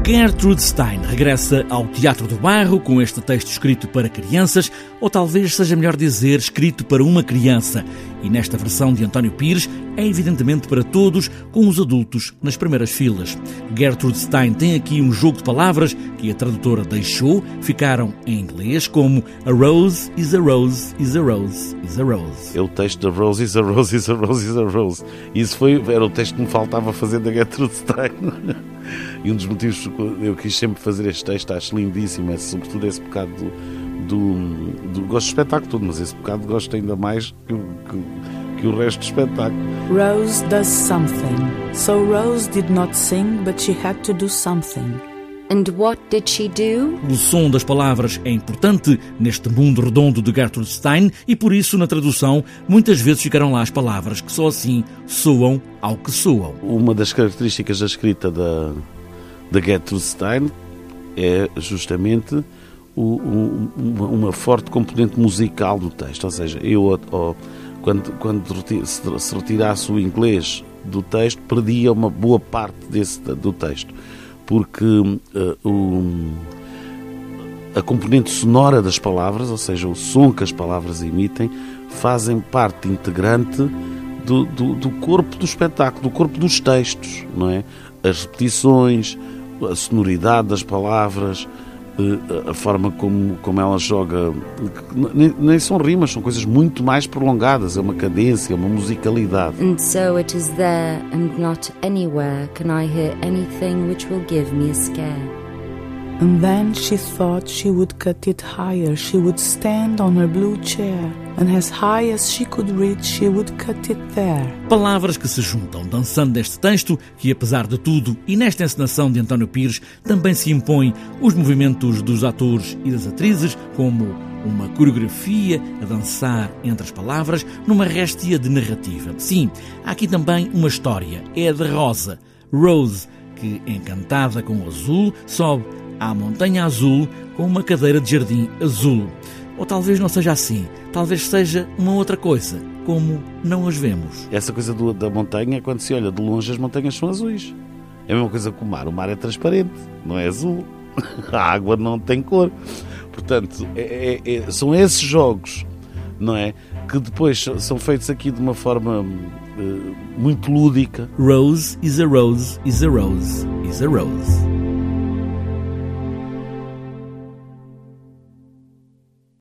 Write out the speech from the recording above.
Gertrude Stein regressa ao Teatro do Bairro com este texto escrito para crianças, ou talvez seja melhor dizer, escrito para uma criança. E nesta versão de António Pires, é evidentemente para todos, com os adultos nas primeiras filas. Gertrude Stein tem aqui um jogo de palavras que a tradutora deixou, ficaram em inglês como A Rose is a Rose is a Rose is a Rose. É o texto da Rose is a Rose is a Rose is a Rose. Isso era o texto que me faltava fazer da Gertrude Stein. E um dos motivos que eu quis sempre fazer este texto, acho lindíssimo, é sobretudo esse bocado do gosto do espetáculo todo, mas esse bocado gosto ainda mais que o resto do espetáculo. Rose does something. So Rose did not sing, but she had to do something. And what did she do? O som das palavras é importante neste mundo redondo de Gertrude Stein e por isso na tradução muitas vezes ficaram lá as palavras que só assim soam ao que soam. Uma das características da escrita da Gertrude Stein é justamente uma forte componente musical do texto, ou seja, quando se retirasse o inglês do texto, perdia uma boa parte do texto, porque a componente sonora das palavras, ou seja, o som que as palavras emitem, fazem parte integrante do corpo do espetáculo, do corpo dos textos, não é? As repetições, a sonoridade das palavras, a forma como ela joga, nem são rimas, são coisas muito mais prolongadas, é uma cadência, é uma musicalidade. And so it is there and not anywhere can I hear anything which will give me a scare. And then she thought she would cut it higher. She would stand on her blue chair, and as high as she could reach, she would cut it there. Palavras que se juntam, dançando neste texto, que apesar de tudo, e nesta encenação de António Pires, também se impõem os movimentos dos atores e das atrizes, como uma coreografia a dançar entre as palavras, numa réstia de narrativa. Sim, há aqui também uma história, é a de Rosa. Rose, que, encantada com o azul, sobe à montanha azul com uma cadeira de jardim azul. Ou talvez não seja assim, talvez seja uma outra coisa, como não as vemos. Essa coisa da montanha, quando se olha de longe, as montanhas são azuis. É a mesma coisa que o mar é transparente, não é azul. A água não tem cor. Portanto, são esses jogos, não é? Que depois são feitos aqui de uma forma muito lúdica. Rose is a Rose is a Rose is a Rose.